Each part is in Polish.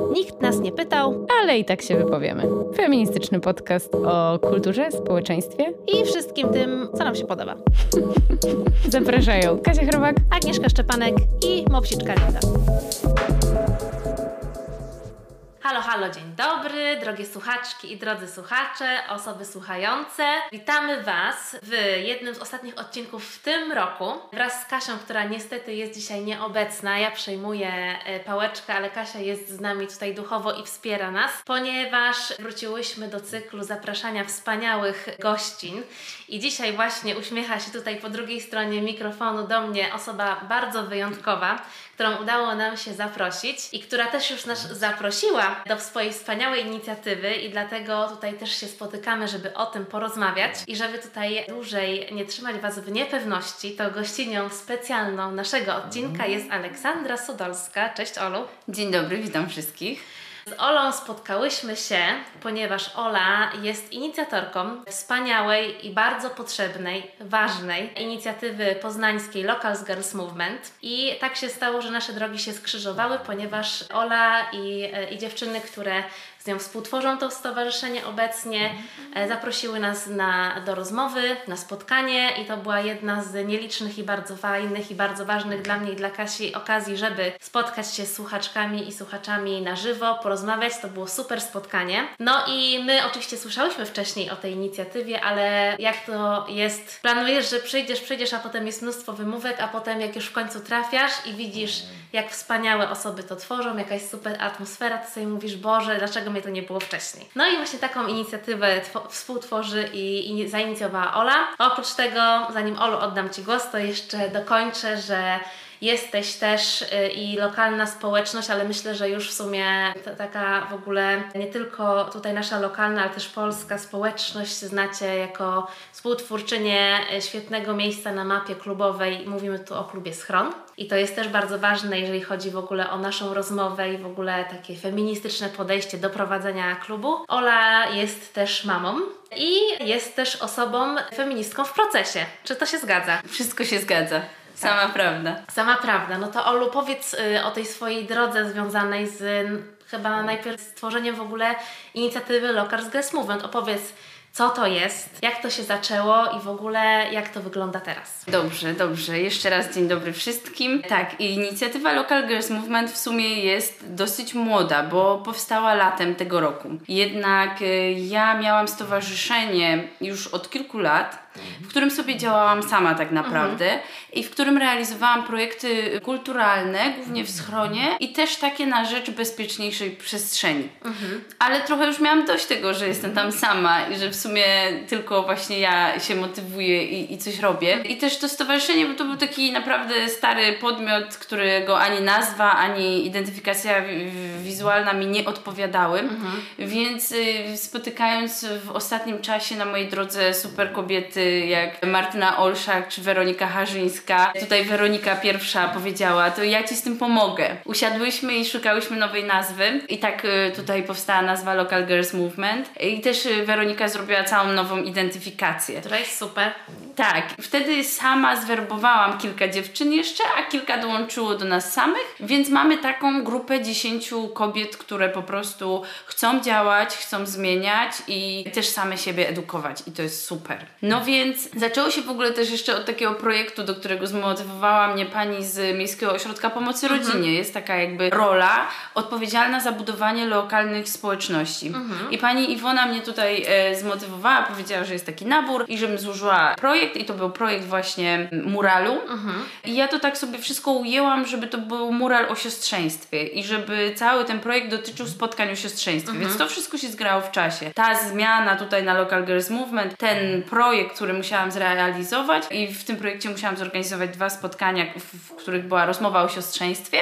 Nikt nas nie pytał, ale i tak się wypowiemy. Feministyczny podcast o kulturze, społeczeństwie i wszystkim tym, co nam się podoba. Zapraszają Kasia Chrobak, Agnieszka Szczepanek i Mopsiczka Linda. Halo, halo, dzień dobry, drogie słuchaczki i drodzy słuchacze, osoby słuchające. Witamy Was w jednym z ostatnich odcinków w tym roku. Wraz z Kasią, która niestety jest dzisiaj nieobecna. Ja przejmuję pałeczkę, ale Kasia jest z nami tutaj duchowo i wspiera nas, ponieważ wróciłyśmy do cyklu zapraszania wspaniałych gościń. I dzisiaj właśnie uśmiecha się tutaj po drugiej stronie mikrofonu do mnie osoba bardzo wyjątkowa, którą udało nam się zaprosić i która też już nas zaprosiła do swojej wspaniałej inicjatywy i dlatego tutaj też się spotykamy, żeby o tym porozmawiać i żeby tutaj dłużej nie trzymać Was w niepewności, to gościnią specjalną naszego odcinka jest Aleksandra Sodolska. Cześć Olu. Dzień dobry, witam wszystkich. Z Olą spotkałyśmy się, ponieważ Ola jest inicjatorką wspaniałej i bardzo potrzebnej, ważnej inicjatywy poznańskiej Local Girls Movement. I tak się stało, że nasze drogi się skrzyżowały, ponieważ Ola i dziewczyny, które z nią współtworzą to stowarzyszenie obecnie, zaprosiły nas do rozmowy, na spotkanie i to była jedna z nielicznych i bardzo fajnych i bardzo ważnych dla mnie i dla Kasi okazji, żeby spotkać się z słuchaczkami i słuchaczami na żywo, porozmawiać. To było super spotkanie. No i my oczywiście słyszałyśmy wcześniej o tej inicjatywie, ale jak to jest, planujesz, że przyjdziesz, a potem jest mnóstwo wymówek, a potem jak już w końcu trafiasz i widzisz, jak wspaniałe osoby to tworzą, jakaś super atmosfera, to sobie mówisz, Boże, dlaczego mnie to nie było wcześniej. No i właśnie taką inicjatywę współtworzy i zainicjowała Ola. Oprócz tego, zanim Olu oddam Ci głos, to jeszcze dokończę, że jesteś też i lokalna społeczność, ale myślę, że już w sumie taka w ogóle nie tylko tutaj nasza lokalna, ale też polska społeczność znacie jako współtwórczynię świetnego miejsca na mapie klubowej. Mówimy tu o klubie Schron. I to jest też bardzo ważne, jeżeli chodzi w ogóle o naszą rozmowę i w ogóle takie feministyczne podejście do prowadzenia klubu. Ola jest też mamą i jest też osobą feministką w procesie. Czy to się zgadza? Wszystko się zgadza. Sama prawda. Sama prawda. No to Olu, powiedz o tej swojej drodze związanej z chyba najpierw stworzeniem w ogóle inicjatywy Local Girls Movement. Opowiedz, co to jest, jak to się zaczęło i w ogóle jak to wygląda teraz. Dobrze. Jeszcze raz dzień dobry wszystkim. Tak, inicjatywa Local Girls Movement w sumie jest dosyć młoda, bo powstała latem tego roku. Jednak ja miałam stowarzyszenie już od kilku lat, w którym sobie działałam sama tak naprawdę i w którym realizowałam projekty kulturalne, głównie w schronie i też takie na rzecz bezpieczniejszej przestrzeni. Ale trochę już miałam dość tego, że jestem tam sama i że w sumie tylko właśnie ja się motywuję i coś robię. I też to stowarzyszenie, bo to był taki naprawdę stary podmiot, którego ani nazwa, ani identyfikacja wizualna mi nie odpowiadały. Więc spotykając w ostatnim czasie na mojej drodze super kobiety jak Martyna Olszak czy Weronika Harzyńska. Tutaj Weronika pierwsza powiedziała, to ja Ci z tym pomogę. Usiadłyśmy i szukałyśmy nowej nazwy i tak tutaj powstała nazwa Local Girls Movement i też Weronika zrobiła całą nową identyfikację. Która jest super. Tak. Wtedy sama zwerbowałam kilka dziewczyn jeszcze, a kilka dołączyło do nas samych, więc mamy taką grupę 10 kobiet, które po prostu chcą działać, chcą zmieniać i też same siebie edukować i to jest super. No więc zaczęło się w ogóle też jeszcze od takiego projektu, do którego zmotywowała mnie pani z Miejskiego Ośrodka Pomocy Rodzinie. Jest taka jakby rola odpowiedzialna za budowanie lokalnych społeczności. I pani Iwona mnie tutaj zmotywowała, powiedziała, że jest taki nabór i żebym złożyła projekt i to był projekt właśnie muralu. I ja to tak sobie wszystko ujęłam, żeby to był mural o siostrzeństwie i żeby cały ten projekt dotyczył spotkań o siostrzeństwie. Więc to wszystko się zgrało w czasie. Ta zmiana tutaj na Local Girls Movement, ten projekt, który musiałam zrealizować i w tym projekcie musiałam zorganizować 2 spotkania, w których była rozmowa o siostrzeństwie.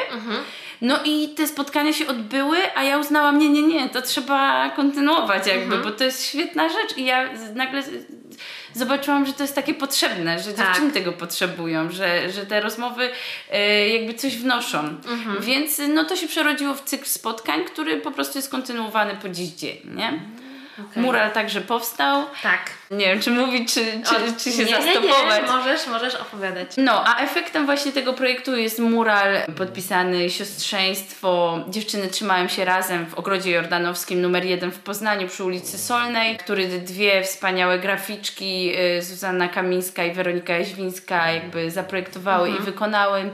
No i te spotkania się odbyły, a ja uznałam, nie, to trzeba kontynuować jakby, bo to jest świetna rzecz i ja nagle zobaczyłam, że to jest takie potrzebne, że dziewczyny tego potrzebują, że te rozmowy jakby coś wnoszą. Więc no to się przerodziło w cykl spotkań, który po prostu jest kontynuowany po dziś dzień, nie? Okay. Mural także powstał. Tak. Nie wiem, czy mówić, czy się zastopować. Nie, możesz opowiadać. No, a efektem właśnie tego projektu jest mural podpisany Siostrzeństwo. Dziewczyny trzymają się razem w Ogrodzie Jordanowskim numer 1 w Poznaniu przy ulicy Solnej, który dwie wspaniałe graficzki, Zuzanna Kamińska i Weronika Jaźwińska jakby zaprojektowały i wykonały.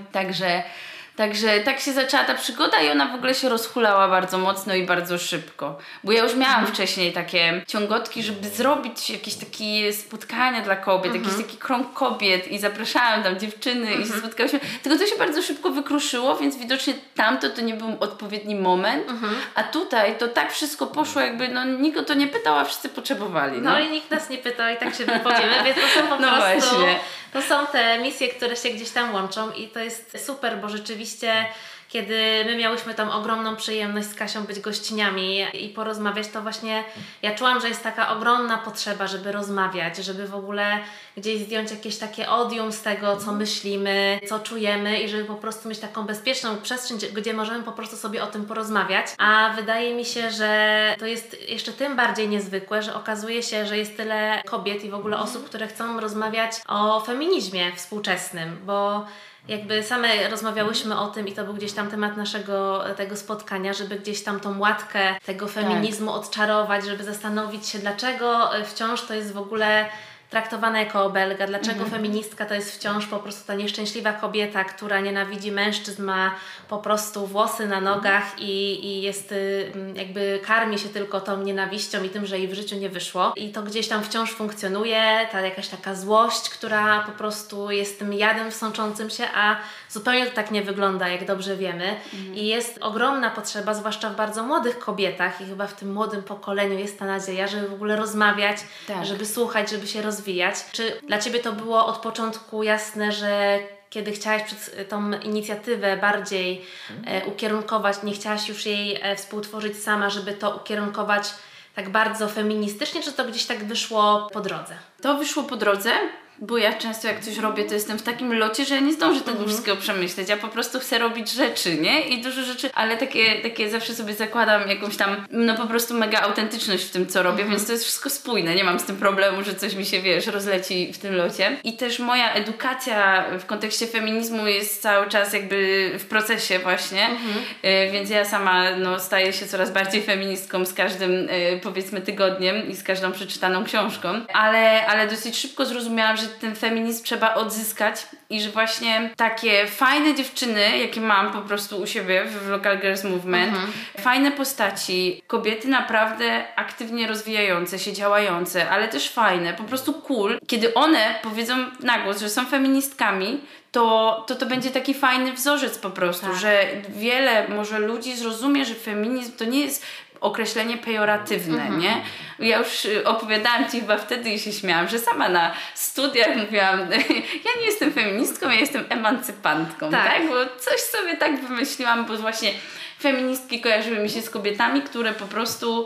Także tak się zaczęła ta przygoda i ona w ogóle się rozhulała bardzo mocno i bardzo szybko. Bo ja już miałam wcześniej takie ciągotki, żeby zrobić jakieś takie spotkania dla kobiet, jakiś taki krąg kobiet i zapraszałam tam dziewczyny i się spotkałyśmy. Tylko to się bardzo szybko wykruszyło, więc widocznie tamto to nie był odpowiedni moment, a tutaj to tak wszystko poszło jakby, no nikt o to nie pytał, a wszyscy potrzebowali. No i nikt nas nie pytał i tak się wypowiemy, więc to są po prostu... Właśnie. To są te misje, które się gdzieś tam łączą i to jest super, bo rzeczywiście kiedy my miałyśmy tam ogromną przyjemność z Kasią być gościniami i porozmawiać, to właśnie ja czułam, że jest taka ogromna potrzeba, żeby rozmawiać, żeby w ogóle gdzieś zdjąć jakieś takie odium z tego, co myślimy, co czujemy i żeby po prostu mieć taką bezpieczną przestrzeń, gdzie możemy po prostu sobie o tym porozmawiać. A wydaje mi się, że to jest jeszcze tym bardziej niezwykłe, że okazuje się, że jest tyle kobiet i w ogóle osób, które chcą rozmawiać o feminizmie współczesnym, bo jakby same rozmawiałyśmy o tym i to był gdzieś tam temat naszego tego spotkania, żeby gdzieś tam tą łatkę tego feminizmu odczarować, żeby zastanowić się, dlaczego wciąż to jest w ogóle traktowana jako obelga, dlaczego feministka to jest wciąż po prostu ta nieszczęśliwa kobieta, która nienawidzi mężczyzn, ma po prostu włosy na nogach i jest jakby karmi się tylko tą nienawiścią i tym, że jej w życiu nie wyszło. I to gdzieś tam wciąż funkcjonuje, ta jakaś taka złość, która po prostu jest tym jadem sączącym się, a zupełnie to tak nie wygląda, jak dobrze wiemy. I jest ogromna potrzeba, zwłaszcza w bardzo młodych kobietach i chyba w tym młodym pokoleniu jest ta nadzieja, żeby w ogóle rozmawiać, żeby słuchać, żeby się rozwijać. Czy dla Ciebie to było od początku jasne, że kiedy chciałaś tą inicjatywę bardziej ukierunkować, nie chciałaś już jej współtworzyć sama, żeby to ukierunkować tak bardzo feministycznie, czy to gdzieś tak wyszło po drodze? To wyszło po drodze, bo ja często jak coś robię, to jestem w takim locie, że ja nie zdążę tego wszystkiego przemyśleć. Ja po prostu chcę robić rzeczy, nie? I dużo rzeczy, ale takie zawsze sobie zakładam jakąś tam, no po prostu mega autentyczność w tym, co robię, więc to jest wszystko spójne. Nie mam z tym problemu, że coś mi się, rozleci w tym locie. I też moja edukacja w kontekście feminizmu jest cały czas jakby w procesie właśnie, więc ja sama staję się coraz bardziej feministką z każdym powiedzmy tygodniem i z każdą przeczytaną książką, ale dosyć szybko zrozumiałam, że ten feminizm trzeba odzyskać i że właśnie takie fajne dziewczyny, jakie mam po prostu u siebie w Local Girls Movement, fajne postaci, kobiety naprawdę aktywnie rozwijające się, działające, ale też fajne, po prostu cool. Kiedy one powiedzą na głos, że są feministkami, to będzie taki fajny wzorzec po prostu, że wiele może ludzi zrozumie, że feminizm to nie jest określenie pejoratywne, nie? Ja już opowiadałam Ci chyba wtedy i się śmiałam, że sama na studiach mówiłam, ja nie jestem feministką, ja jestem emancypantką, tak? Bo coś sobie tak wymyśliłam, bo właśnie feministki kojarzyły mi się z kobietami, które po prostu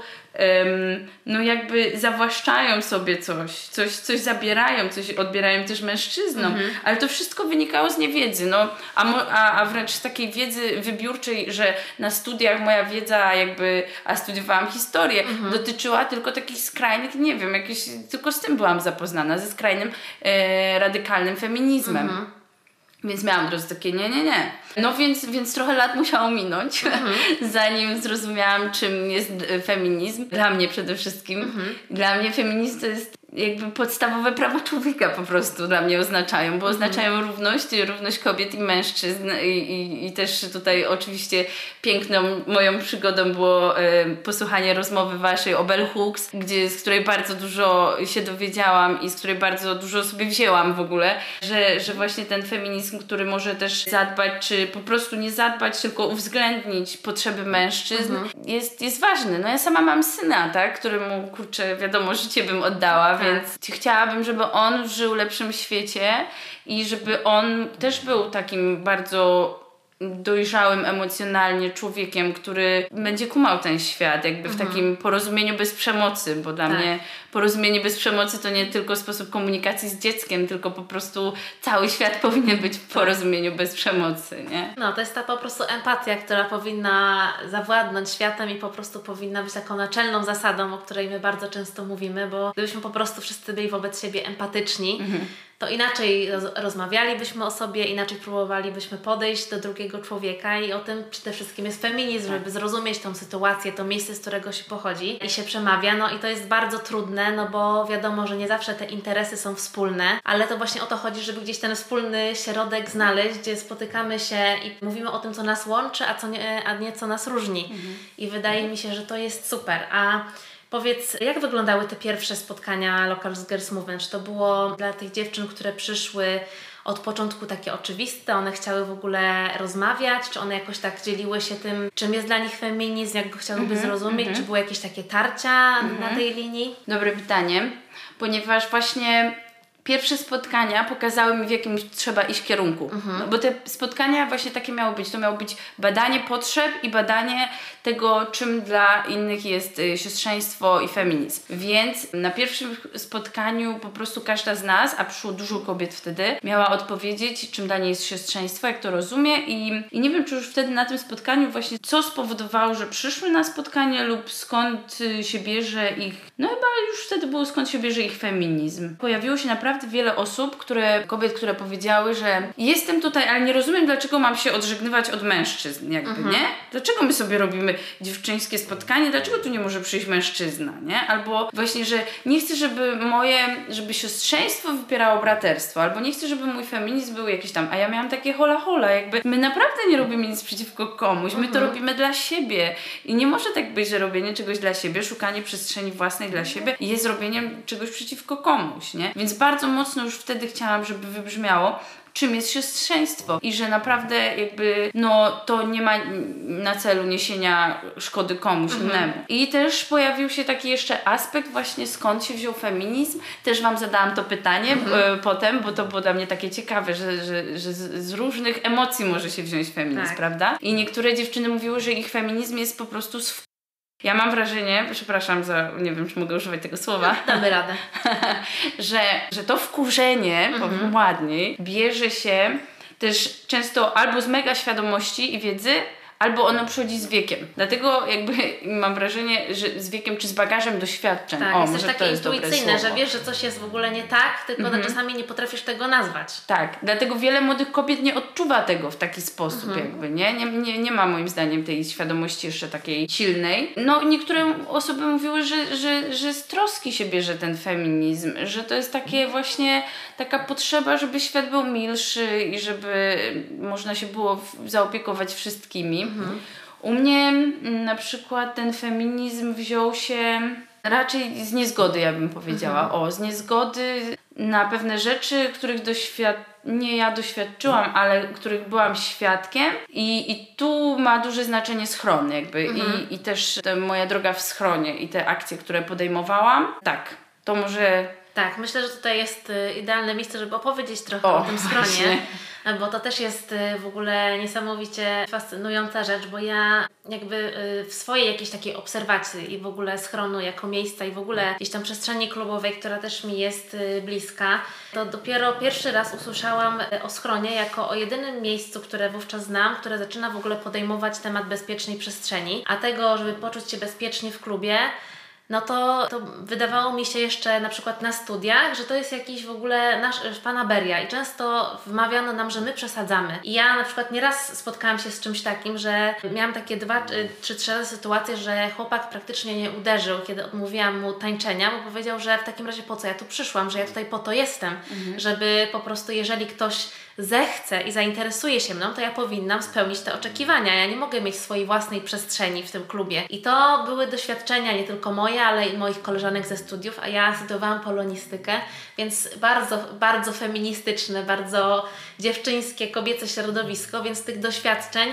jakby zawłaszczają sobie coś zabierają, coś odbierają też mężczyznom, ale to wszystko wynikało z niewiedzy, a wręcz z takiej wiedzy wybiórczej, że na studiach moja wiedza a studiowałam historię, dotyczyła tylko takich skrajnych, nie wiem, tylko z tym byłam zapoznana, ze skrajnym radykalnym feminizmem. Więc miałam od razu takie nie. No więc trochę lat musiało minąć, zanim zrozumiałam, czym jest feminizm. Dla mnie przede wszystkim. Dla mnie feminizm to jest jakby podstawowe prawa człowieka po prostu dla mnie oznaczają, bo oznaczają równość kobiet i mężczyzn i też tutaj oczywiście piękną moją przygodą było posłuchanie rozmowy waszej o Bell Hooks, z której bardzo dużo się dowiedziałam i z której bardzo dużo sobie wzięłam w ogóle, że właśnie ten feminizm, który może też zadbać, czy po prostu nie zadbać, tylko uwzględnić potrzeby mężczyzn, jest ważny. No ja sama mam syna, tak, któremu wiadomo, życie bym oddała, więc chciałabym, żeby on żył w lepszym świecie i żeby on też był takim bardzo dojrzałym emocjonalnie człowiekiem, który będzie kumał ten świat jakby w takim porozumieniu bez przemocy, bo dla mnie porozumienie bez przemocy to nie tylko sposób komunikacji z dzieckiem, tylko po prostu cały świat powinien być w porozumieniu bez przemocy, nie? No, to jest ta po prostu empatia, która powinna zawładnąć światem i po prostu powinna być taką naczelną zasadą, o której my bardzo często mówimy, bo gdybyśmy po prostu wszyscy byli wobec siebie empatyczni, to inaczej rozmawialibyśmy o sobie, inaczej próbowalibyśmy podejść do drugiego człowieka i o tym przede wszystkim jest feminizm, żeby zrozumieć tą sytuację, to miejsce, z którego się pochodzi i się przemawia, no i to jest bardzo trudne, no bo wiadomo, że nie zawsze te interesy są wspólne, ale to właśnie o to chodzi, żeby gdzieś ten wspólny środek znaleźć, gdzie spotykamy się i mówimy o tym, co nas łączy, a nie co nas różni. I wydaje mi się, że to jest super. A powiedz, jak wyglądały te pierwsze spotkania Local Girls Movement? Czy to było dla tych dziewczyn, które przyszły od początku takie oczywiste? One chciały w ogóle rozmawiać? Czy one jakoś tak dzieliły się tym, czym jest dla nich feminizm, jak go chciałyby zrozumieć? Czy były jakieś takie tarcia na tej linii? Dobre pytanie, ponieważ właśnie pierwsze spotkania pokazały mi, w jakim trzeba iść kierunku. No, bo te spotkania właśnie takie miały być. To miało być badanie potrzeb i badanie tego, czym dla innych jest siostrzeństwo i feminizm. Więc na pierwszym spotkaniu po prostu każda z nas, a przyszło dużo kobiet wtedy, miała odpowiedzieć, czym dla niej jest siostrzeństwo, jak to rozumie i nie wiem, czy już wtedy na tym spotkaniu właśnie co spowodowało, że przyszły na spotkanie lub skąd się bierze ich, no chyba już wtedy było skąd się bierze ich feminizm. Pojawiło się naprawdę wiele osób, kobiet, które powiedziały, że jestem tutaj, ale nie rozumiem, dlaczego mam się odżegnywać od mężczyzn, jakby, nie? Dlaczego my sobie robimy dziewczyńskie spotkanie, dlaczego tu nie może przyjść mężczyzna, nie? Albo właśnie, że nie chcę, żeby siostrzeństwo wypierało braterstwo, albo nie chcę, żeby mój feminizm był jakiś tam, a ja miałam takie hola, jakby my naprawdę nie robimy nic przeciwko komuś, my to robimy dla siebie i nie może tak być, że robienie czegoś dla siebie, szukanie przestrzeni własnej dla siebie jest robieniem czegoś przeciwko komuś, nie? Więc bardzo mocno już wtedy chciałam, żeby wybrzmiało, czym jest siostrzeństwo i że naprawdę jakby to nie ma na celu niesienia szkody komuś innemu. I też pojawił się taki jeszcze aspekt właśnie skąd się wziął feminizm. Też Wam zadałam to pytanie potem, bo to było dla mnie takie ciekawe, że z różnych emocji może się wziąć feminizm, prawda? I niektóre dziewczyny mówiły, że ich feminizm jest po prostu ja mam wrażenie, przepraszam nie wiem, czy mogę używać tego słowa. Damy radę. że to wkurzenie, powiem ładniej, bierze się też często albo z mega świadomości i wiedzy, albo ono przychodzi z wiekiem. Dlatego jakby mam wrażenie, że z wiekiem czy z bagażem doświadczeń. Tak, jest też takie intuicyjne, że wiesz, że coś jest w ogóle nie tak, tylko czasami nie potrafisz tego nazwać. Tak, dlatego wiele młodych kobiet nie odczuwa tego w taki sposób jakby, nie ma moim zdaniem tej świadomości jeszcze takiej silnej. No niektóre osoby mówiły, że z troski się bierze ten feminizm, że to jest takie właśnie taka potrzeba, żeby świat był milszy i żeby można się było zaopiekować wszystkimi. U mnie na przykład ten feminizm wziął się raczej z niezgody, ja bym powiedziała. Z niezgody na pewne rzeczy, których nie ja doświadczyłam, ale których byłam świadkiem i tu ma duże znaczenie schron jakby i też moja droga w schronie i te akcje, które podejmowałam. Tak, to może... Tak, myślę, że tutaj jest idealne miejsce, żeby opowiedzieć trochę o tym schronie. Właśnie. Bo to też jest w ogóle niesamowicie fascynująca rzecz, bo ja jakby w swojej jakiejś takiej obserwacji i w ogóle schronu jako miejsca i w ogóle gdzieś tam przestrzeni klubowej, która też mi jest bliska, to dopiero pierwszy raz usłyszałam o schronie jako o jedynym miejscu, które wówczas znam, które zaczyna w ogóle podejmować temat bezpiecznej przestrzeni, a tego, żeby poczuć się bezpiecznie w klubie, no to wydawało mi się jeszcze na przykład na studiach, że to jest jakiś w ogóle nasz fanaberia i często wmawiano nam, że my przesadzamy. I ja na przykład nieraz spotkałam się z czymś takim, że miałam takie 2 czy 3 razy sytuacje, że chłopak praktycznie mnie uderzył, kiedy odmówiłam mu tańczenia, bo powiedział, że w takim razie po co ja tu przyszłam, że ja tutaj po to jestem, żeby po prostu jeżeli ktoś zechce i zainteresuje się mną, to ja powinnam spełnić te oczekiwania. Ja nie mogę mieć swojej własnej przestrzeni w tym klubie. I to były doświadczenia nie tylko moje, ale i moich koleżanek ze studiów, a ja studiowałam polonistykę, więc bardzo, bardzo feministyczne, bardzo dziewczyńskie, kobiece środowisko, więc tych doświadczeń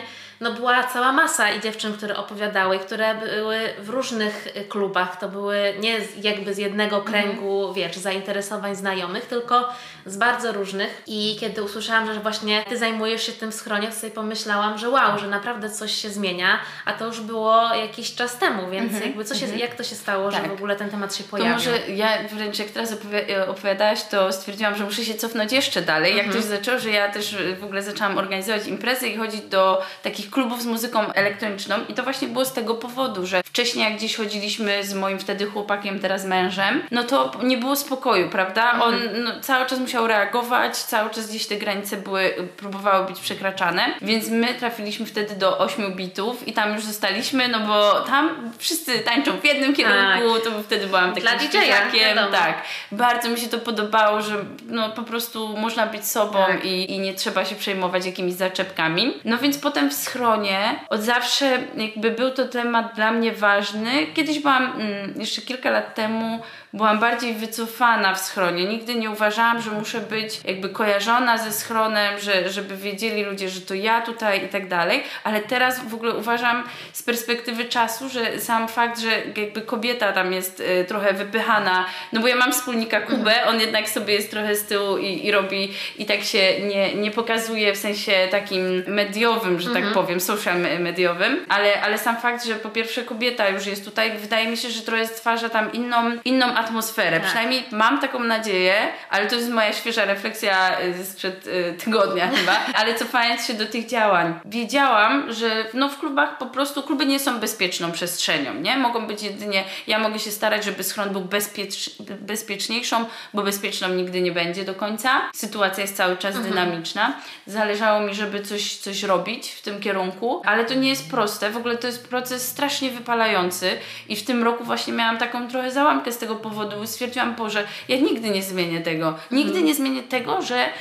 no była cała masa i dziewczyn, które opowiadały, które były w różnych klubach, to były nie jakby z jednego kręgu, wiesz, zainteresowań znajomych, tylko z bardzo różnych. I kiedy usłyszałam, że właśnie Ty zajmujesz się tym w schronie, to sobie pomyślałam, że wow, że naprawdę coś się zmienia, a to już było jakiś czas temu, więc jakby jak to się stało, że w ogóle ten temat się pojawił? To może ja wręcz jak teraz opowiadałaś, to stwierdziłam, że muszę się cofnąć jeszcze dalej. Jak to się zaczęło, że ja też w ogóle zaczęłam organizować imprezy i chodzić do takich klubów z muzyką elektroniczną i to właśnie było z tego powodu, że wcześniej jak gdzieś chodziliśmy z moim wtedy chłopakiem, teraz mężem, no to nie było spokoju, prawda? On cały czas musiał reagować, cały czas gdzieś te granice próbowały być przekraczane, więc my trafiliśmy wtedy do 8 bitów i tam już zostaliśmy, no bo tam wszyscy tańczą w jednym kierunku, to wtedy byłam takim świeżakiem, tak. Bardzo mi się to podobało, że no po prostu można być sobą i nie trzeba się przejmować jakimiś zaczepkami. No więc potem w schronie od zawsze jakby był to temat dla mnie ważny. Kiedyś byłam, jeszcze kilka lat temu, byłam bardziej wycofana w schronie. Nigdy nie uważałam, że muszę być jakby kojarzona ze schronem, żeby wiedzieli ludzie, że to ja tutaj i tak dalej, ale teraz w ogóle uważam z perspektywy czasu, że sam fakt, że jakby kobieta tam jest trochę wypychana, no bo ja mam wspólnika Kubę, on jednak sobie jest trochę z tyłu i robi i tak się nie pokazuje w sensie takim mediowym, że tak powiem, social mediowym, ale sam fakt, że po pierwsze kobieta już jest tutaj, wydaje mi się, że trochę stwarza tam inną atmosferę. Tak. Przynajmniej mam taką nadzieję, ale to jest moja świeża refleksja sprzed tygodnia chyba, ale cofając się do tych działań. Wiedziałam, że no w klubach po prostu kluby nie są bezpieczną przestrzenią, nie? Mogą być jedynie, ja mogę się starać, żeby schron był bezpieczniejszą, bo bezpieczną nigdy nie będzie do końca. Sytuacja jest cały czas dynamiczna. Zależało mi, żeby coś robić w tym kierunku, ale to nie jest proste. W ogóle to jest proces strasznie wypalający i w tym roku właśnie miałam taką trochę załamkę z tego powodu. Stwierdziłam, Boże, ja nigdy nie zmienię tego. Nigdy nie zmienię tego,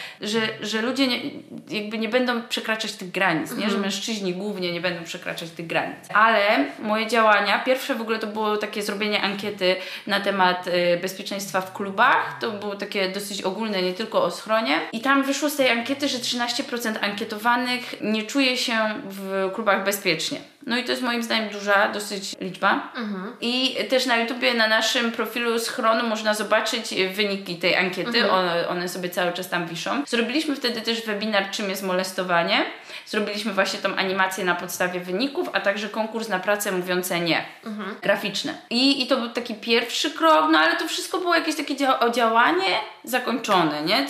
że ludzie jakby nie będą przekraczać tych granic, nie? Że mężczyźni głównie nie będą przekraczać tych granic. Ale moje działania, pierwsze w ogóle to było takie zrobienie ankiety na temat bezpieczeństwa w klubach. To było takie dosyć ogólne, nie tylko o schronie. I tam wyszło z tej ankiety, że 13% ankietowanych nie czuje się w klubach bezpiecznie. No i to jest moim zdaniem duża dosyć liczba. I też na YouTubie, na naszym profilu schronu można zobaczyć wyniki tej ankiety. One sobie cały czas tam wiszą. Zrobiliśmy wtedy też webinar, czym jest molestowanie. Zrobiliśmy właśnie tą animację na podstawie wyników, a także konkurs na pracę mówiące nie. Graficzne. I to był taki pierwszy krok, no ale to wszystko było jakieś takie działanie zakończone, nie?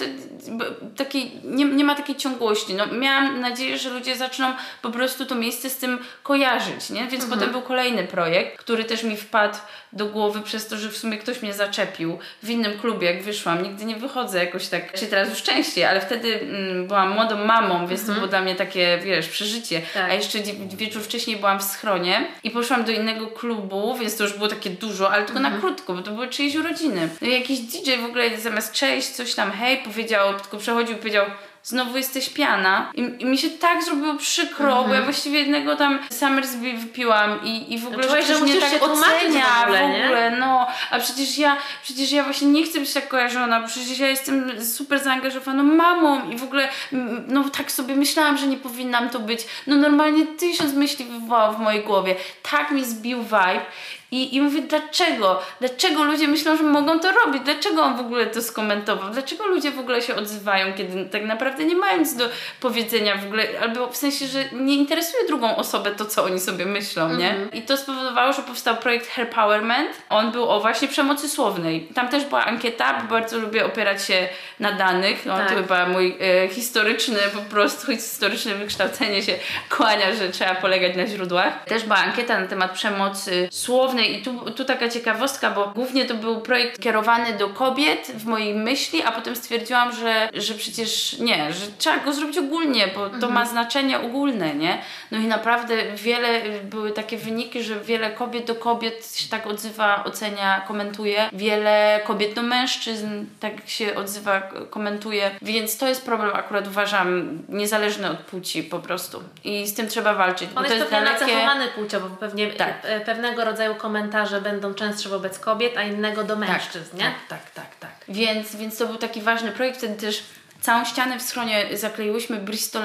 Nie ma takiej ciągłości. No, miałam nadzieję, że ludzie zaczną po prostu to miejsce z tym kojarzyć, nie? Więc potem był kolejny projekt, który też mi wpadł do głowy przez to, że w sumie ktoś mnie zaczepił w innym klubie, jak wyszłam. Nigdy nie wychodzę jakoś tak, czy teraz już częściej, ale wtedy byłam młodą mamą, więc to było dla mnie takie, wiesz, przeżycie. Tak. A jeszcze wieczór wcześniej byłam w schronie i poszłam do innego klubu, więc to już było takie dużo, ale tylko na krótko, bo to były czyjeś urodziny. No i jakiś DJ w ogóle zamiast cześć, coś tam hej powiedział, tylko przechodził i powiedział: znowu jesteś piana. I mi się tak zrobiło przykro, bo ja właściwie jednego tam Summersby wypiłam i w ogóle czułeś, że mnie tak ocenia w ogóle, no. A przecież ja właśnie nie chcę być tak kojarzona, bo przecież ja jestem super zaangażowaną mamą i w ogóle no tak sobie myślałam, że nie powinnam to być. No normalnie 1000 myśli wywołało w mojej głowie. Tak mi zbił vibe. I mówię, dlaczego ludzie myślą, że mogą to robić? Dlaczego on w ogóle to skomentował? Dlaczego ludzie w ogóle się odzywają, kiedy tak naprawdę nie mają nic do powiedzenia w ogóle, albo w sensie, że nie interesuje drugą osobę to, co oni sobie myślą, nie? I to spowodowało, że powstał projekt Herpowerment. On był o właśnie przemocy słownej. Tam też była ankieta, bo bardzo lubię opierać się na danych. No, to chyba mój historyczne wykształcenie się kłania, że trzeba polegać na źródłach. Też była ankieta na temat przemocy słownej. I tu taka ciekawostka, bo głównie to był projekt kierowany do kobiet w mojej myśli, a potem stwierdziłam, że przecież nie, że trzeba go zrobić ogólnie, bo to ma znaczenie ogólne, nie? No i naprawdę były takie wyniki, że wiele kobiet do kobiet się tak odzywa, ocenia, komentuje. Wiele kobiet do mężczyzn tak się odzywa, komentuje. Więc to jest problem, akurat uważam, niezależny od płci po prostu. I z tym trzeba walczyć. On jest pewnie nacechowany płcią, bo pewnie pewnego rodzaju komentarze będą częstsze wobec kobiet, a innego do mężczyzn, nie? Tak. Więc to był taki ważny projekt. Wtedy też Całą ścianę w schronie zakleiłyśmy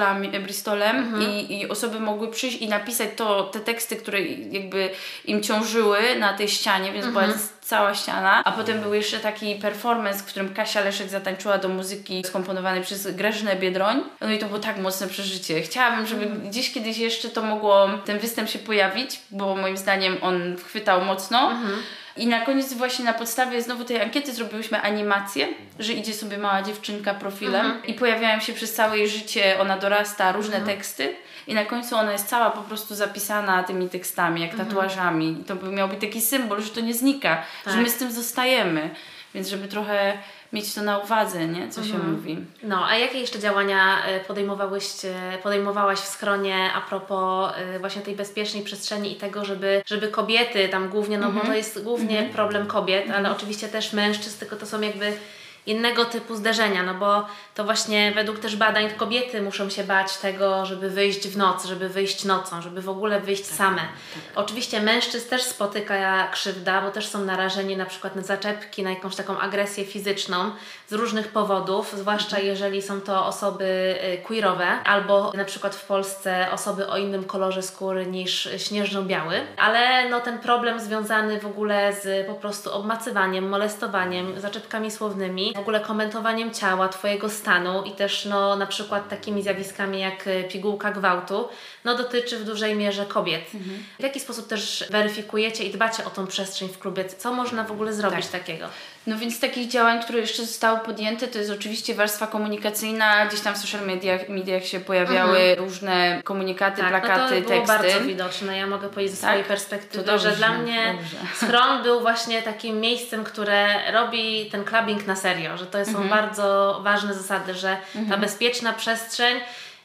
Bristolem i osoby mogły przyjść i napisać te teksty, które jakby im ciążyły na tej ścianie, więc była cała ściana. A potem był jeszcze taki performance, w którym Kasia Leszek zatańczyła do muzyki skomponowanej przez Grażynę Biedroń. No i to było tak mocne przeżycie. Chciałabym, żeby gdzieś kiedyś jeszcze to mogło, ten występ się pojawić, bo moim zdaniem on chwytał mocno. I na koniec właśnie na podstawie znowu tej ankiety zrobiłyśmy animację, że idzie sobie mała dziewczynka profilem i pojawiają się przez całe jej życie, ona dorasta, różne teksty i na końcu ona jest cała po prostu zapisana tymi tekstami, jak tatuażami. I to by miał być taki symbol, że to nie znika, że my z tym zostajemy. Więc żeby trochę mieć to na uwadze, nie? Co się mówi. No, a jakie jeszcze działania podejmowałaś w schronie a propos właśnie tej bezpiecznej przestrzeni i tego, żeby kobiety tam głównie, no bo to jest głównie problem kobiet, ale oczywiście też mężczyzn, tylko to są jakby innego typu zderzenia, no bo to właśnie według też badań kobiety muszą się bać tego, żeby wyjść w noc, żeby wyjść nocą, żeby w ogóle wyjść same. Oczywiście mężczyzn też spotyka krzywda, bo też są narażeni na przykład na zaczepki, na jakąś taką agresję fizyczną z różnych powodów, zwłaszcza jeżeli są to osoby queerowe, albo na przykład w Polsce osoby o innym kolorze skóry niż śnieżno-biały, ale no ten problem związany w ogóle z po prostu obmacywaniem, molestowaniem, zaczepkami słownymi, w ogóle komentowaniem ciała, twojego stanu i też no na przykład takimi zjawiskami jak pigułka gwałtu, no dotyczy w dużej mierze kobiet. W jaki sposób też weryfikujecie i dbacie o tą przestrzeń w klubie? Co można w ogóle zrobić takiego? No więc z takich działań, które jeszcze zostały podjęte, to jest oczywiście warstwa komunikacyjna. Gdzieś tam w social mediach się pojawiały różne komunikaty, plakaty, no to było teksty. bardzo widoczne. Ja mogę powiedzieć ze swojej perspektywy, że dla mnie schron był właśnie takim miejscem, które robi ten clubbing na serio, że to są bardzo ważne zasady, że ta bezpieczna przestrzeń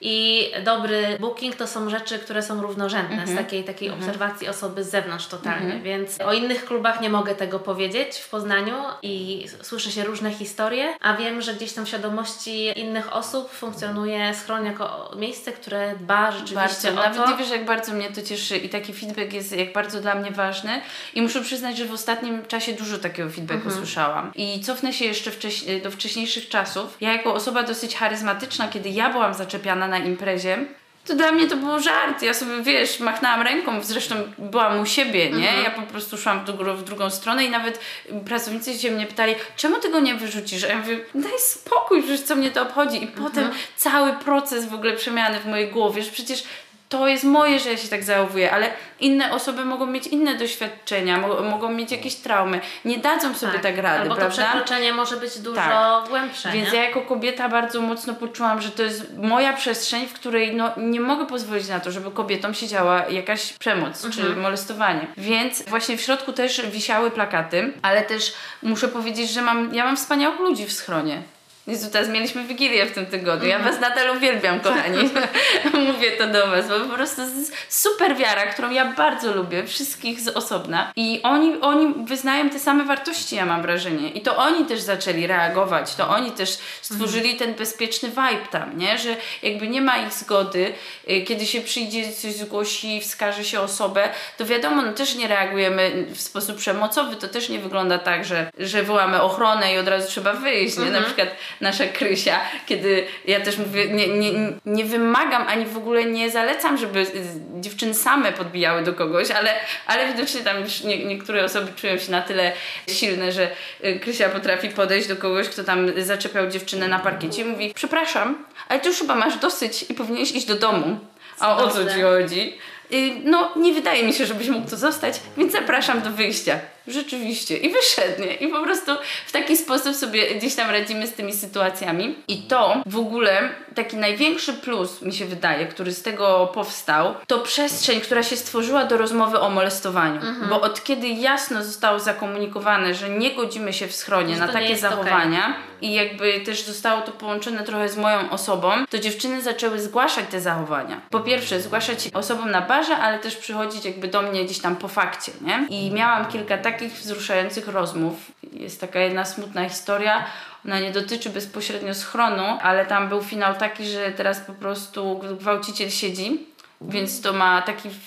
i dobry booking to są rzeczy, które są równorzędne z takiej obserwacji osoby z zewnątrz totalnie, więc o innych klubach nie mogę tego powiedzieć w Poznaniu i słyszy się różne historie, a wiem, że gdzieś tam w świadomości innych osób funkcjonuje schron jako miejsce, które dba rzeczywiście o to. Nawet nie wiesz, jak bardzo mnie to cieszy i taki feedback jest jak bardzo dla mnie ważny i muszę przyznać, że w ostatnim czasie dużo takiego feedbacku słyszałam. I cofnę się jeszcze do wcześniejszych czasów. Ja jako osoba dosyć charyzmatyczna, kiedy ja byłam zaczepiana na imprezie, to dla mnie to był żart. Ja sobie, machnęłam ręką, zresztą byłam u siebie, nie? Ja po prostu szłam w drugą stronę i nawet pracownicy się mnie pytali, czemu tego nie wyrzucisz? A ja mówię, daj spokój, przecież co mnie to obchodzi. I potem cały proces w ogóle przemiany w mojej głowie, że przecież to jest moje, że ja się tak zachowuję, ale inne osoby mogą mieć inne doświadczenia, mogą mieć jakieś traumy. Nie dadzą sobie tak rady, albo prawda? to przekroczenie może być dużo głębsze. Więc ja jako kobieta bardzo mocno poczułam, że to jest moja przestrzeń, w której nie mogę pozwolić na to, żeby kobietom się działa jakaś przemoc czy molestowanie. Więc właśnie w środku też wisiały plakaty, ale też muszę powiedzieć, że ja mam wspaniałych ludzi w schronie. Jezu, teraz mieliśmy Wigilię w tym tygodniu. Ja Was nadal uwielbiam, kochani. Mówię to do Was, bo po prostu super wiara, którą ja bardzo lubię, wszystkich z osobna. I oni wyznają te same wartości, ja mam wrażenie. I to oni też zaczęli reagować, to oni też stworzyli ten bezpieczny vibe tam, nie? Że jakby nie ma ich zgody, kiedy się przyjdzie, coś zgłosi, wskaże się osobę, to wiadomo, no też nie reagujemy w sposób przemocowy, to też nie wygląda tak, że wołamy ochronę i od razu trzeba wyjść, nie? Na przykład nasza Krysia, kiedy ja też mówię, nie wymagam, ani w ogóle nie zalecam, żeby dziewczyny same podbijały do kogoś, ale widocznie tam już niektóre osoby czują się na tyle silne, że Krysia potrafi podejść do kogoś, kto tam zaczepiał dziewczynę na parkiecie i mówi, przepraszam, ale ty już chyba masz dosyć i powinieneś iść do domu. A o co ci chodzi? No, nie wydaje mi się, żebyś mógł tu zostać, więc zapraszam do wyjścia. Rzeczywiście. I wyszedł, nie? I po prostu w taki sposób sobie gdzieś tam radzimy z tymi sytuacjami. I to w ogóle taki największy plus, mi się wydaje, który z tego powstał, to przestrzeń, która się stworzyła do rozmowy o molestowaniu. Bo od kiedy jasno zostało zakomunikowane, że nie godzimy się w schronie na takie zachowania i jakby też zostało to połączone trochę z moją osobą, to dziewczyny zaczęły zgłaszać te zachowania. Po pierwsze, zgłaszać osobom na barze, ale też przychodzić jakby do mnie gdzieś tam po fakcie, nie? I miałam kilka takich wzruszających rozmów. Jest taka jedna smutna historia. Ona nie dotyczy bezpośrednio schronu, ale tam był finał taki, że teraz po prostu gwałciciel siedzi, więc to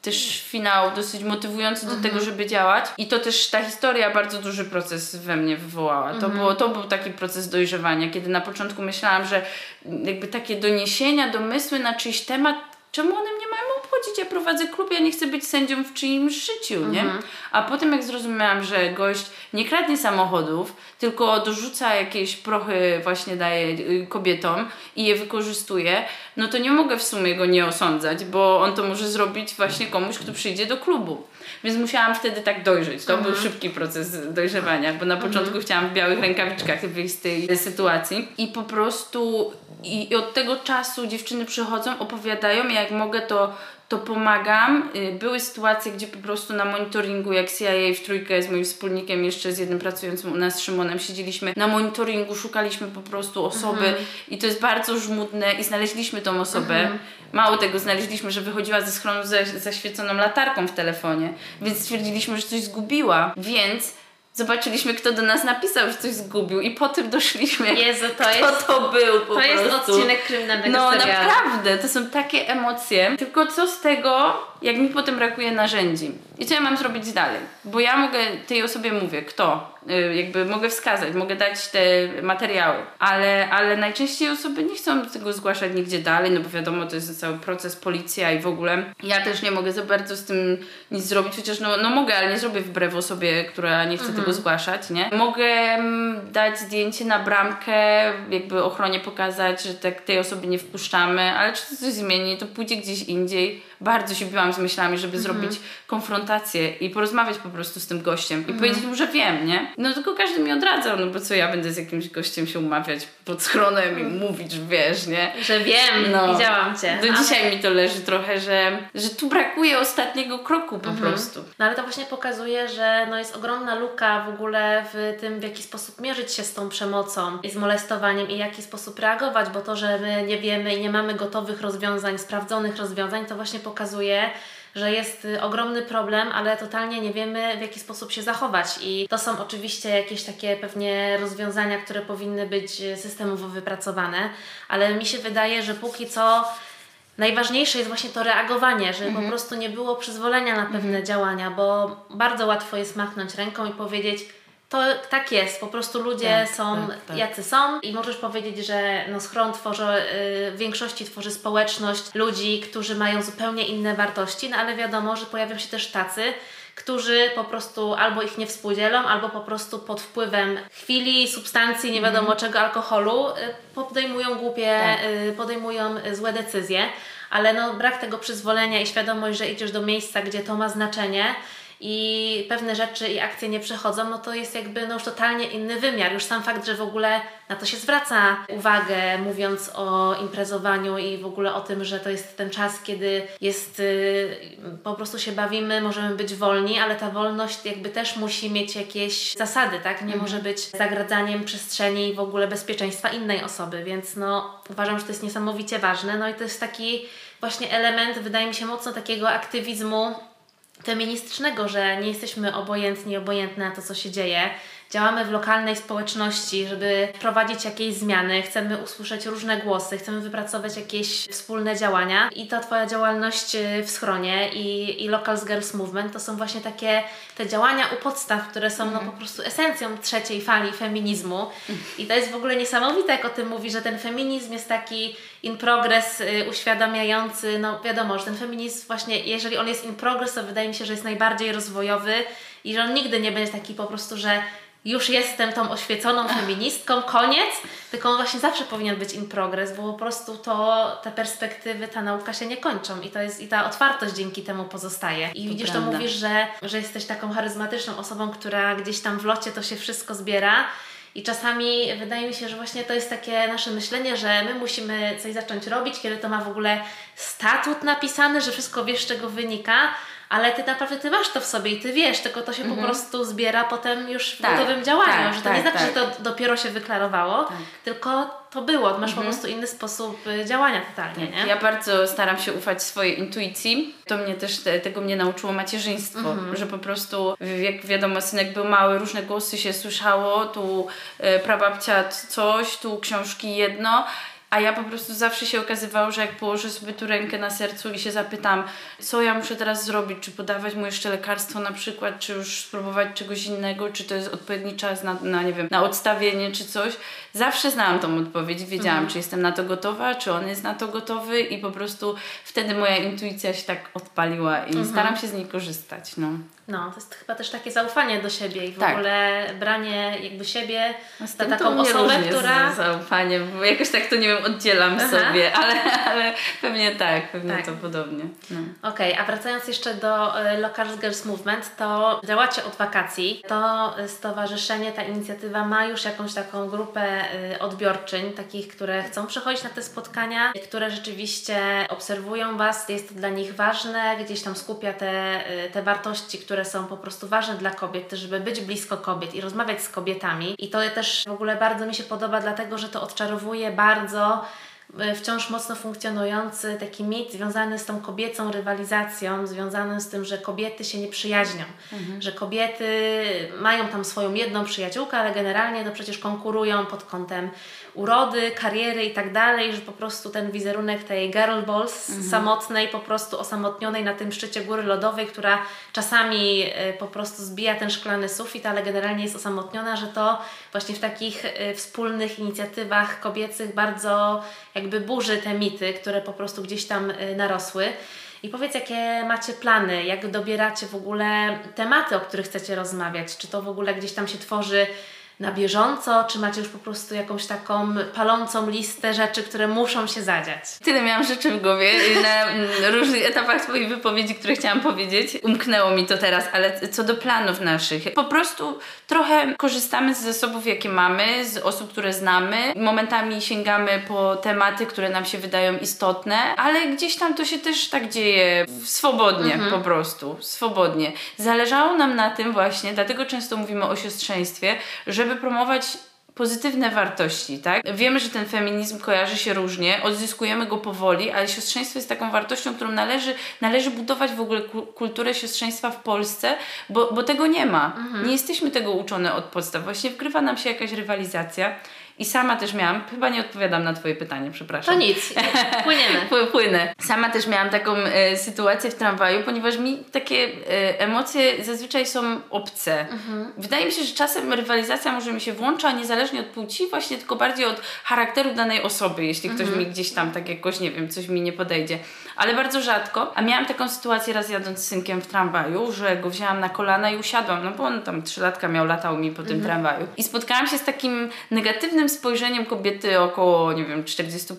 też finał dosyć motywujący do tego, żeby działać. I to też ta historia bardzo duży proces we mnie wywołała. To był taki proces dojrzewania, kiedy na początku myślałam, że jakby takie doniesienia, domysły na czyjś temat, czemu one mnie mają obchodzić? Ja prowadzę klub, ja nie chcę być sędzią w czyimś życiu, nie? A potem jak zrozumiałam, że gość nie kradnie samochodów, tylko dorzuca jakieś prochy, właśnie daje kobietom i je wykorzystuje, no to nie mogę w sumie go nie osądzać, bo on to może zrobić właśnie komuś, kto przyjdzie do klubu. Więc musiałam wtedy tak dojrzeć. To był szybki proces dojrzewania, bo na początku chciałam w białych rękawiczkach wyjść z tej sytuacji i po prostu i od tego czasu dziewczyny przychodzą, opowiadają, jak mogę to pomagam. Były sytuacje, gdzie po prostu na monitoringu, jak CIA w trójkę z moim wspólnikiem, jeszcze z jednym pracującym u nas, Szymonem, siedzieliśmy na monitoringu, szukaliśmy po prostu osoby i to jest bardzo żmudne i znaleźliśmy tą osobę. Mało tego, znaleźliśmy, że wychodziła ze schronu z zaświeconą latarką w telefonie, więc stwierdziliśmy, że coś zgubiła, więc zobaczyliśmy, kto do nas napisał, że coś zgubił i po tym doszliśmy, Jezu, to był po prostu. To jest odcinek kryminalnego serialu. Naprawdę, to są takie emocje. Tylko co z tego, jak mi potem brakuje narzędzi? I co ja mam zrobić dalej? Bo ja mogę tej osobie mówię, kto? Jakby mogę wskazać, mogę dać te materiały, ale najczęściej osoby nie chcą tego zgłaszać nigdzie dalej, no bo wiadomo, to jest cały proces, policja i w ogóle. Ja też nie mogę za bardzo z tym nic zrobić, chociaż no mogę, ale nie zrobię wbrew osobie, która nie chce tego zgłaszać, nie? Mogę dać zdjęcie na bramkę, jakby ochronie pokazać, że tej osoby nie wpuszczamy, ale czy to coś zmieni, to pójdzie gdzieś indziej. Bardzo się biłam z myślami, żeby zrobić konfrontację i porozmawiać po prostu z tym gościem i powiedzieć mu, że wiem, nie? No tylko każdy mi odradzał, no bo co ja będę z jakimś gościem się umawiać pod schronem i mówić, że wiesz, nie? Że wiem, widziałam cię. Do dzisiaj mi to leży trochę, że tu brakuje ostatniego kroku po prostu. No ale to właśnie pokazuje, że no jest ogromna luka w ogóle w tym, w jaki sposób mierzyć się z tą przemocą i z molestowaniem i w jaki sposób reagować, bo to, że my nie wiemy i nie mamy gotowych rozwiązań, sprawdzonych rozwiązań, to właśnie pokazuje, że jest ogromny problem, ale totalnie nie wiemy, w jaki sposób się zachować. I to są oczywiście jakieś takie pewnie rozwiązania, które powinny być systemowo wypracowane, ale mi się wydaje, że póki co najważniejsze jest właśnie to reagowanie, żeby po prostu nie było przyzwolenia na pewne działania, bo bardzo łatwo jest machnąć ręką i powiedzieć, to tak jest, po prostu ludzie są jacy są i możesz powiedzieć, że no schron w większości tworzy społeczność ludzi, którzy mają zupełnie inne wartości, no ale wiadomo, że pojawią się też tacy, którzy po prostu albo ich nie współdzielą, albo po prostu pod wpływem chwili, substancji, nie wiadomo czego, alkoholu, podejmują złe decyzje, ale no brak tego przyzwolenia i świadomość, że idziesz do miejsca, gdzie to ma znaczenie i pewne rzeczy i akcje nie przechodzą, no to jest jakby no już totalnie inny wymiar. Już sam fakt, że w ogóle na to się zwraca uwagę, mówiąc o imprezowaniu i w ogóle o tym, że to jest ten czas, kiedy jest po prostu się bawimy, możemy być wolni, ale ta wolność jakby też musi mieć jakieś zasady, tak? Nie może być zagradzaniem przestrzeni i w ogóle bezpieczeństwa innej osoby, więc no uważam, że to jest niesamowicie ważne. No i to jest taki właśnie element, wydaje mi się, mocno takiego aktywizmu feministycznego, że nie jesteśmy obojętne na to, co się dzieje. Działamy w lokalnej społeczności, żeby wprowadzić jakieś zmiany, chcemy usłyszeć różne głosy, chcemy wypracować jakieś wspólne działania i ta Twoja działalność w schronie i Local Girls Movement to są właśnie takie te działania u podstaw, które są no po prostu esencją trzeciej fali feminizmu i to jest w ogóle niesamowite, jak o tym mówi, że ten feminizm jest taki in progress, uświadamiający, no wiadomo, że ten feminizm właśnie, jeżeli on jest in progress, to wydaje mi się, że jest najbardziej rozwojowy i że on nigdy nie będzie taki po prostu, że już jestem tą oświeconą feministką, koniec, tylko on właśnie zawsze powinien być in progress, bo po prostu te perspektywy, ta nauka się nie kończą i ta otwartość dzięki temu pozostaje. I widzisz, to mówisz, że jesteś taką charyzmatyczną osobą, która gdzieś tam w locie to się wszystko zbiera i czasami wydaje mi się, że właśnie to jest takie nasze myślenie, że my musimy coś zacząć robić, kiedy to ma w ogóle statut napisany, że wszystko wiesz, z czego wynika, ale ty naprawdę masz to w sobie i ty wiesz, tylko to się po prostu zbiera potem już w gotowym działaniu, że to nie znaczy, że to dopiero się wyklarowało, tylko to było, masz po prostu inny sposób działania totalnie, nie? Ja bardzo staram się ufać swojej intuicji. To mnie też, tego mnie nauczyło macierzyństwo, że po prostu, jak wiadomo, synek był mały, różne głosy się słyszało, tu prababcia coś, tu książki jedno. A ja po prostu zawsze się okazywało, że jak położę sobie tu rękę na sercu i się zapytam, co ja muszę teraz zrobić, czy podawać mu jeszcze lekarstwo na przykład, czy już spróbować czegoś innego, czy to jest odpowiedni czas na nie wiem, na odstawienie, czy coś. Zawsze znałam tą odpowiedź, wiedziałam, czy jestem na to gotowa, czy on jest na to gotowy i po prostu wtedy moja intuicja się tak odpaliła i staram się z niej korzystać, no. No, to jest chyba też takie zaufanie do siebie i w Tak. ogóle branie jakby siebie Z za tym to taką u mnie osobę, różnie która... z zaufaniem, bo jakoś tak to nie wiem, oddzielam sobie, ale pewnie tak, pewnie to podobnie. No. Okej, a wracając jeszcze do Local Girls Movement, to działacie od wakacji. To stowarzyszenie, ta inicjatywa ma już jakąś taką grupę odbiorczyń, takich, które chcą przychodzić na te spotkania, które rzeczywiście obserwują Was, jest to dla nich ważne, gdzieś tam skupia te wartości, które są po prostu ważne dla kobiet, żeby być blisko kobiet i rozmawiać z kobietami. I to też w ogóle bardzo mi się podoba, dlatego że to odczarowuje bardzo wciąż mocno funkcjonujący taki mit związany z tą kobiecą rywalizacją, związany z tym, że kobiety się nie przyjaźnią, że kobiety mają tam swoją jedną przyjaciółkę, ale generalnie to przecież konkurują pod kątem urody, kariery i tak dalej, że po prostu ten wizerunek tej girl boss samotnej, po prostu osamotnionej na tym szczycie góry lodowej, która czasami po prostu zbija ten szklany sufit, ale generalnie jest osamotniona, że to właśnie w takich wspólnych inicjatywach kobiecych bardzo jakby burzy te mity, które po prostu gdzieś tam narosły. I powiedz, jakie macie plany, jak dobieracie w ogóle tematy, o których chcecie rozmawiać, czy to w ogóle gdzieś tam się tworzy na bieżąco, czy macie już po prostu jakąś taką palącą listę rzeczy, które muszą się zadziać? Tyle miałam rzeczy w głowie na różnych etapach swojej wypowiedzi, które chciałam powiedzieć. Umknęło mi to teraz, ale co do planów naszych, po prostu trochę korzystamy z zasobów, jakie mamy, z osób, które znamy. Momentami sięgamy po tematy, które nam się wydają istotne, ale gdzieś tam to się też tak dzieje swobodnie, po prostu, swobodnie. Zależało nam na tym właśnie, dlatego często mówimy o siostrzeństwie, żeby promować pozytywne wartości, tak? Wiemy, że ten feminizm kojarzy się różnie, odzyskujemy go powoli, ale siostrzeństwo jest taką wartością, którą należy budować w ogóle kulturę siostrzeństwa w Polsce, bo tego nie ma. Nie jesteśmy tego uczone od podstaw. Właśnie wgrywa nam się jakaś rywalizacja. I sama też miałam, chyba nie odpowiadam na Twoje pytanie, przepraszam. To nic, płyniemy. Płynę. Sama też miałam taką sytuację w tramwaju, ponieważ mi takie emocje zazwyczaj są obce. Wydaje mi się, że czasem rywalizacja może mi się włącza, niezależnie od płci, właśnie tylko bardziej od charakteru danej osoby, jeśli ktoś mi gdzieś tam tak jakoś, nie wiem, coś mi nie podejdzie. Ale bardzo rzadko. A miałam taką sytuację raz jadąc z synkiem w tramwaju, że go wzięłam na kolana i usiadłam, no bo on tam 3 latka miał, latał mi po tym tramwaju. I spotkałam się z takim negatywnym spojrzeniem kobiety około, nie wiem,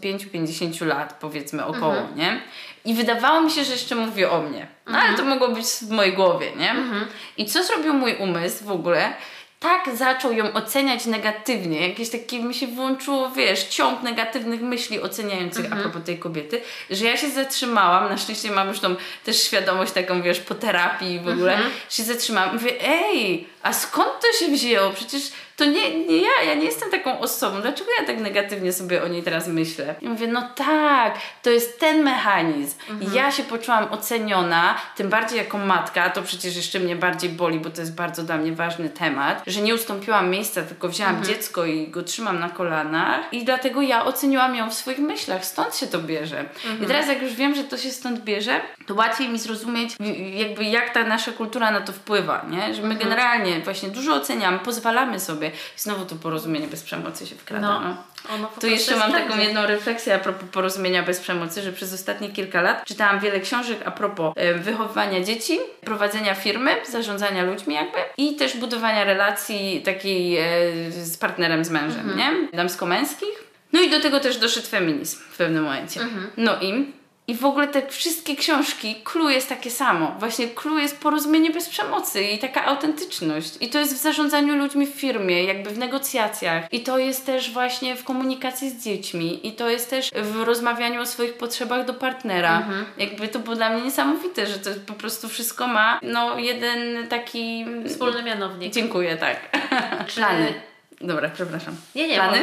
45-50 lat, powiedzmy około, nie? I wydawało mi się, że jeszcze mówię o mnie. No ale to mogło być w mojej głowie, nie? I co zrobił mój umysł w ogóle? Tak zaczął ją oceniać negatywnie. Jakieś takie mi się włączyło, wiesz, ciąg negatywnych myśli oceniających a propos tej kobiety, że ja się zatrzymałam. Na szczęście mam już tą też świadomość taką, wiesz, po terapii w ogóle. Się zatrzymałam i mówię, ej, a skąd to się wzięło? Przecież to nie ja nie jestem taką osobą. Dlaczego ja tak negatywnie sobie o niej teraz myślę? I mówię, no tak, to jest ten mechanizm. Ja się poczułam oceniona, tym bardziej jako matka, to przecież jeszcze mnie bardziej boli, bo to jest bardzo dla mnie ważny temat, że nie ustąpiłam miejsca, tylko wzięłam dziecko i go trzymam na kolanach i dlatego ja oceniłam ją w swoich myślach. Stąd się to bierze. I teraz jak już wiem, że to się stąd bierze, to łatwiej mi zrozumieć jakby jak ta nasza kultura na to wpływa, nie? Że my generalnie właśnie dużo oceniamy, pozwalamy sobie. I znowu to porozumienie bez przemocy się wkrada. Tu jeszcze mam taką jedną refleksję a propos porozumienia bez przemocy, że przez ostatnie kilka lat czytałam wiele książek a propos wychowywania dzieci, prowadzenia firmy, zarządzania ludźmi jakby i też budowania relacji takiej z partnerem, z mężem, nie? Damsko-męskich. No i do tego też doszedł feminizm w pewnym momencie. No i w ogóle te wszystkie książki, clue jest takie samo. Właśnie clue jest porozumienie bez przemocy i taka autentyczność. I to jest w zarządzaniu ludźmi w firmie, jakby w negocjacjach. I to jest też właśnie w komunikacji z dziećmi. I to jest też w rozmawianiu o swoich potrzebach do partnera. Jakby to było dla mnie niesamowite, że to po prostu wszystko ma jeden taki... Wspólny mianownik. Dziękuję, tak. Plany. Dobra, przepraszam. Nie, plany?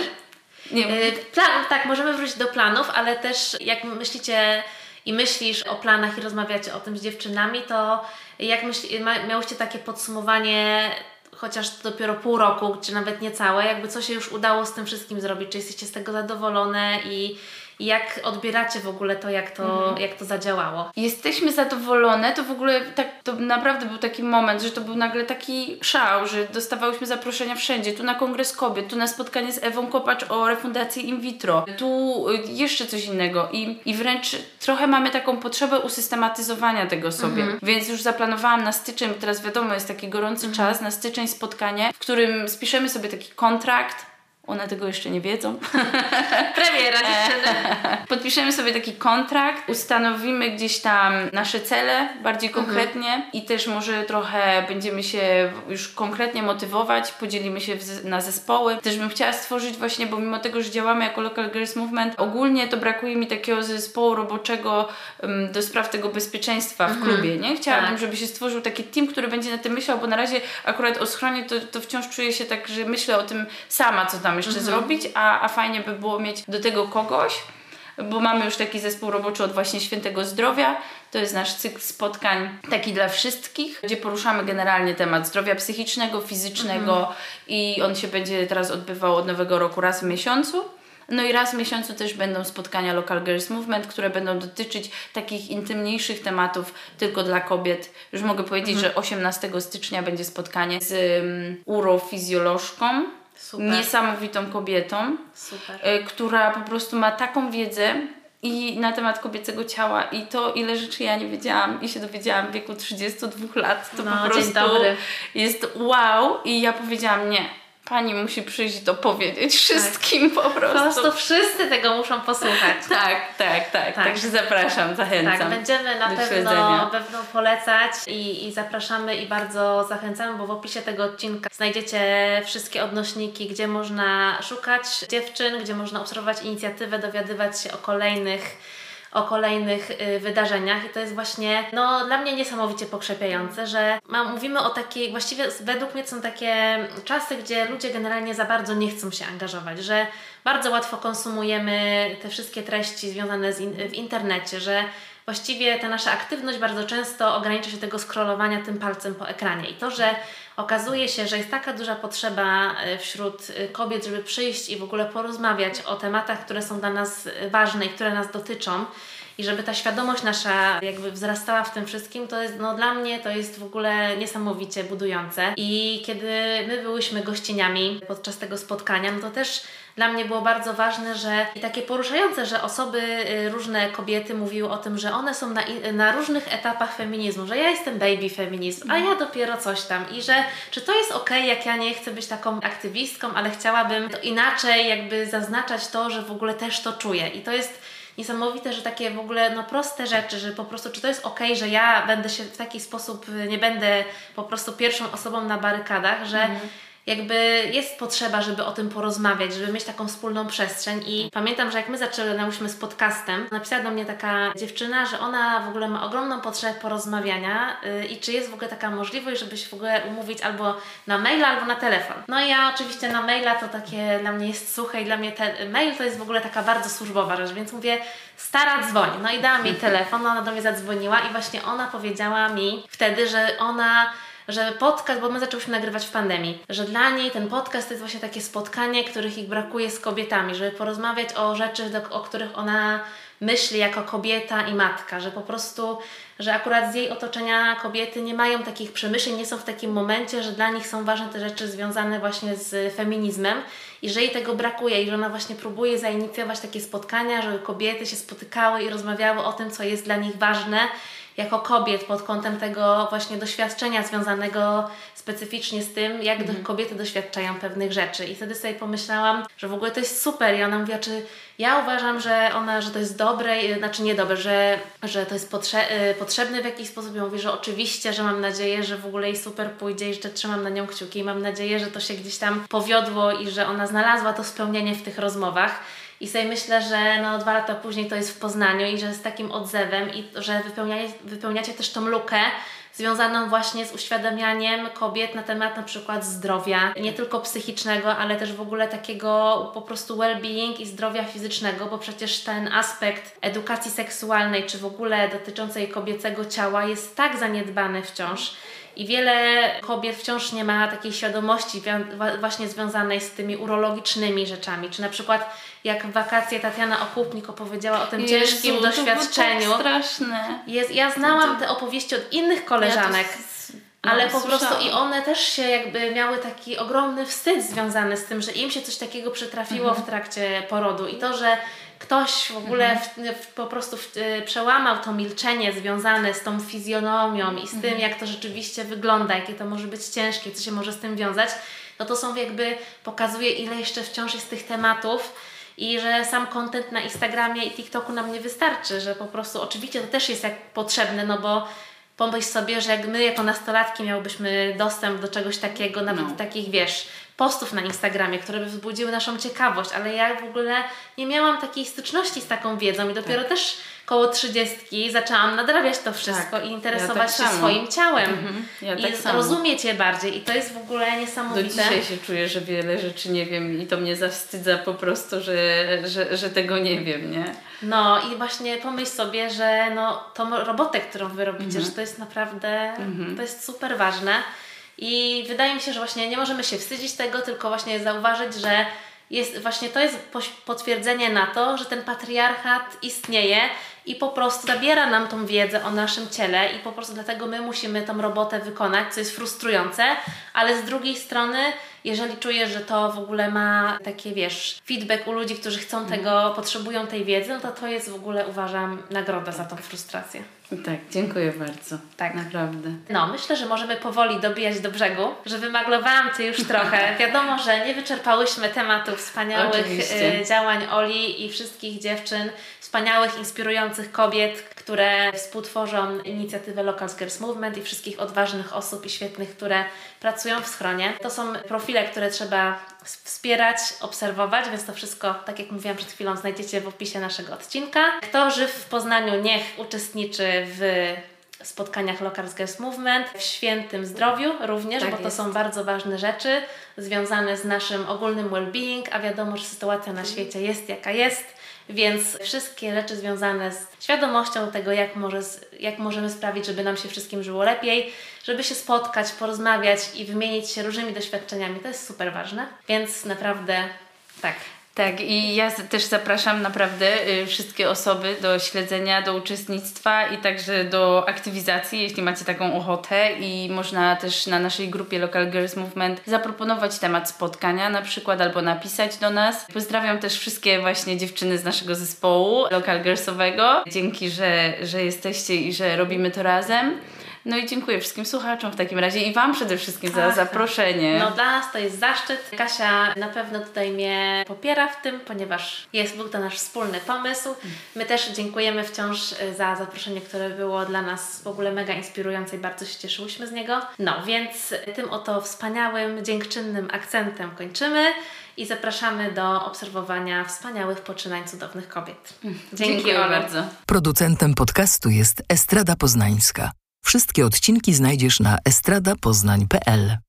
Tak, możemy wrócić do planów, ale też jak myślicie i myślisz o planach i rozmawiacie o tym z dziewczynami, to jak miałyście takie podsumowanie chociaż dopiero pół roku, czy nawet niecałe, jakby co się już udało z tym wszystkim zrobić, czy jesteście z tego zadowolone i jak odbieracie w ogóle to, jak to zadziałało? Jesteśmy zadowolone, to w ogóle to naprawdę był taki moment, że to był nagle taki szał, że dostawałyśmy zaproszenia wszędzie, tu na Kongres Kobiet, tu na spotkanie z Ewą Kopacz o refundacji in vitro, tu jeszcze coś innego i wręcz trochę mamy taką potrzebę usystematyzowania tego sobie, więc już zaplanowałam na styczeń, teraz wiadomo, jest taki gorący czas, na styczeń spotkanie, w którym spiszemy sobie taki kontrakt. One tego jeszcze nie wiedzą. Premiera dziewczyny. Podpiszemy sobie taki kontrakt, ustanowimy gdzieś tam nasze cele bardziej konkretnie i też może trochę będziemy się już konkretnie motywować, podzielimy się na zespoły. Też bym chciała stworzyć właśnie, bo mimo tego, że działamy jako Local Girls Movement, ogólnie to brakuje mi takiego zespołu roboczego do spraw tego bezpieczeństwa w klubie, nie? Chciałabym, żeby się stworzył taki team, który będzie na tym myślał, bo na razie akurat o schronie to wciąż czuję się tak, że myślę o tym sama, co tam jeszcze zrobić, a fajnie by było mieć do tego kogoś, bo mamy już taki zespół roboczy od właśnie Świętego Zdrowia. To jest nasz cykl spotkań taki dla wszystkich, gdzie poruszamy generalnie temat zdrowia psychicznego, fizycznego i on się będzie teraz odbywał od nowego roku raz w miesiącu. No i raz w miesiącu też będą spotkania Local Girls Movement, które będą dotyczyć takich intymniejszych tematów tylko dla kobiet. Już mogę powiedzieć, że 18 stycznia będzie spotkanie z urofizjolożką. Super. Niesamowitą kobietą, która po prostu ma taką wiedzę i na temat kobiecego ciała i to, ile rzeczy ja nie wiedziałam i się dowiedziałam w wieku 32 lat, to po prostu jest wow i ja powiedziałam nie. Pani musi przyjść i to powiedzieć wszystkim po prostu. Po prostu wszyscy tego muszą posłuchać. Tak. Także zapraszam, zachęcam. Tak, będziemy na pewno polecać i zapraszamy i bardzo zachęcamy, bo w opisie tego odcinka znajdziecie wszystkie odnośniki, gdzie można szukać dziewczyn, gdzie można obserwować inicjatywę, dowiadywać się o kolejnych wydarzeniach i to jest właśnie dla mnie niesamowicie pokrzepiające, że mówimy o takiej, właściwie według mnie są takie czasy, gdzie ludzie generalnie za bardzo nie chcą się angażować, że bardzo łatwo konsumujemy te wszystkie treści związane w internecie, że właściwie ta nasza aktywność bardzo często ogranicza się tego scrollowania tym palcem po ekranie i to, że okazuje się, że jest taka duża potrzeba wśród kobiet, żeby przyjść i w ogóle porozmawiać o tematach, które są dla nas ważne i które nas dotyczą i żeby ta świadomość nasza jakby wzrastała w tym wszystkim, to jest dla mnie to jest w ogóle niesamowicie budujące i kiedy my byłyśmy gościniami podczas tego spotkania, to też dla mnie było bardzo ważne, i takie poruszające, że różne kobiety mówiły o tym, że one są na różnych etapach feminizmu, że ja jestem baby feminizm, a ja dopiero coś tam i że czy to jest okej, jak ja nie chcę być taką aktywistką, ale chciałabym to inaczej jakby zaznaczać to, że w ogóle też to czuję i to jest niesamowite, że takie w ogóle proste rzeczy, że po prostu czy to jest okej, że ja będę się w taki sposób, nie będę po prostu pierwszą osobą na barykadach, że jakby jest potrzeba, żeby o tym porozmawiać, żeby mieć taką wspólną przestrzeń i pamiętam, że jak my zaczynałyśmy z podcastem, napisała do mnie taka dziewczyna, że ona w ogóle ma ogromną potrzebę porozmawiania i czy jest w ogóle taka możliwość, żeby się w ogóle umówić albo na maila, albo na telefon. No i ja oczywiście na maila to takie dla mnie jest suche i dla mnie mail to jest w ogóle taka bardzo służbowa rzecz, więc mówię, stara dzwoni. No i dała mi telefon, ona do mnie zadzwoniła i właśnie ona powiedziała mi wtedy, że podcast, bo my zaczęłyśmy nagrywać w pandemii, że dla niej ten podcast to jest właśnie takie spotkanie, których ich brakuje z kobietami, żeby porozmawiać o rzeczy, o których ona myśli jako kobieta i matka, że po prostu, że akurat z jej otoczenia kobiety nie mają takich przemyśleń, nie są w takim momencie, że dla nich są ważne te rzeczy związane właśnie z feminizmem i że jej tego brakuje i że ona właśnie próbuje zainicjować takie spotkania, żeby kobiety się spotykały i rozmawiały o tym, co jest dla nich ważne jako kobiet pod kątem tego właśnie doświadczenia związanego specyficznie z tym, jak kobiety doświadczają pewnych rzeczy. I wtedy sobie pomyślałam, że w ogóle to jest super. I ona mówiła, czy ja uważam, że to jest dobre, znaczy niedobre, że to jest potrzebne w jakiś sposób. Ja mówię, że oczywiście, że mam nadzieję, że w ogóle jej super pójdzie i że trzymam na nią kciuki i mam nadzieję, że to się gdzieś tam powiodło i że ona znalazła to spełnienie w tych rozmowach. I sobie myślę, że 2 lata później to jest w Poznaniu i że z takim odzewem i że wypełniacie też tą lukę związaną właśnie z uświadamianiem kobiet na temat na przykład zdrowia, nie tylko psychicznego, ale też w ogóle takiego po prostu well-being i zdrowia fizycznego, bo przecież ten aspekt edukacji seksualnej, czy w ogóle dotyczącej kobiecego ciała jest tak zaniedbany wciąż. I wiele kobiet wciąż nie ma takiej świadomości właśnie związanej z tymi urologicznymi rzeczami. Czy na przykład jak w wakacje Tatiana Okupnik opowiedziała o tym ciężkim doświadczeniu. To było tak straszne. Ja znałam te opowieści od innych koleżanek. Ale po prostu i one też się jakby miały taki ogromny wstyd związany z tym, że im się coś takiego przytrafiło w trakcie porodu i to, że ktoś w ogóle po prostu przełamał to milczenie związane z tą fizjonomią i z tym, jak to rzeczywiście wygląda, jakie to może być ciężkie, co się może z tym wiązać, no to są jakby, pokazuje, ile jeszcze wciąż jest tych tematów i że sam content na Instagramie i TikToku nam nie wystarczy, że po prostu oczywiście to też jest jak potrzebne, no bo pomyśl sobie, że jak my jako nastolatki miałybyśmy dostęp do czegoś takiego, nawet takich, wiesz, postów na Instagramie, które by wzbudziły naszą ciekawość, ale ja w ogóle nie miałam takiej styczności z taką wiedzą i dopiero też koło 30 zaczęłam nadrabiać to wszystko i interesować się swoim ciałem i rozumieć je bardziej i to jest w ogóle niesamowite. Do dzisiaj się czuję, że wiele rzeczy nie wiem i to mnie zawstydza po prostu, że tego nie wiem, nie? No i właśnie pomyśl sobie, że no tą robotę, którą wy robicie, że to jest naprawdę, to jest super ważne i wydaje mi się, że właśnie nie możemy się wstydzić tego, tylko właśnie zauważyć, że to jest potwierdzenie na to, że ten patriarchat istnieje i po prostu zabiera nam tą wiedzę o naszym ciele i po prostu dlatego my musimy tą robotę wykonać, co jest frustrujące, ale z drugiej strony, jeżeli czujesz, że to w ogóle ma takie, wiesz, feedback u ludzi, którzy chcą tego, potrzebują tej wiedzy, no to jest w ogóle, uważam, nagroda za tą frustrację. Tak, dziękuję bardzo. Tak. Naprawdę. No, myślę, że możemy powoli dobijać do brzegu, że wymaglowałam Cię już trochę. Wiadomo, że nie wyczerpałyśmy tematu wspaniałych działań Oli i wszystkich dziewczyn, wspaniałych, inspirujących kobiet, które współtworzą inicjatywę Local Girls Movement i wszystkich odważnych osób i świetnych, które pracują w schronie. To są profile, które trzeba wspierać, obserwować, więc to wszystko, tak jak mówiłam przed chwilą, znajdziecie w opisie naszego odcinka. Kto żyw w Poznaniu, niech uczestniczy w spotkaniach Local Girls Movement, w świętym zdrowiu również, bo to są bardzo ważne rzeczy związane z naszym ogólnym well-being, a wiadomo, że sytuacja na świecie jest jaka jest, więc wszystkie rzeczy związane z świadomością tego, jak możemy sprawić, żeby nam się wszystkim żyło lepiej, żeby się spotkać, porozmawiać i wymienić się różnymi doświadczeniami, to jest super ważne, więc naprawdę tak. Tak, i ja też zapraszam naprawdę wszystkie osoby do śledzenia, do uczestnictwa i także do aktywizacji, jeśli macie taką ochotę i można też na naszej grupie Local Girls Movement zaproponować temat spotkania na przykład albo napisać do nas. Pozdrawiam też wszystkie właśnie dziewczyny z naszego zespołu Local Girlsowego. Dzięki, że jesteście i że robimy to razem. No i dziękuję wszystkim słuchaczom w takim razie i Wam przede wszystkim za zaproszenie. No dla nas to jest zaszczyt. Kasia na pewno tutaj mnie popiera w tym, ponieważ był to nasz wspólny pomysł. My też dziękujemy wciąż za zaproszenie, które było dla nas w ogóle mega inspirujące i bardzo się cieszyłyśmy z niego. No więc tym oto wspaniałym, dziękczynnym akcentem kończymy i zapraszamy do obserwowania wspaniałych poczynań cudownych kobiet. Dziękuję bardzo. Producentem podcastu jest Estrada Poznańska. Wszystkie odcinki znajdziesz na estradapoznań.pl.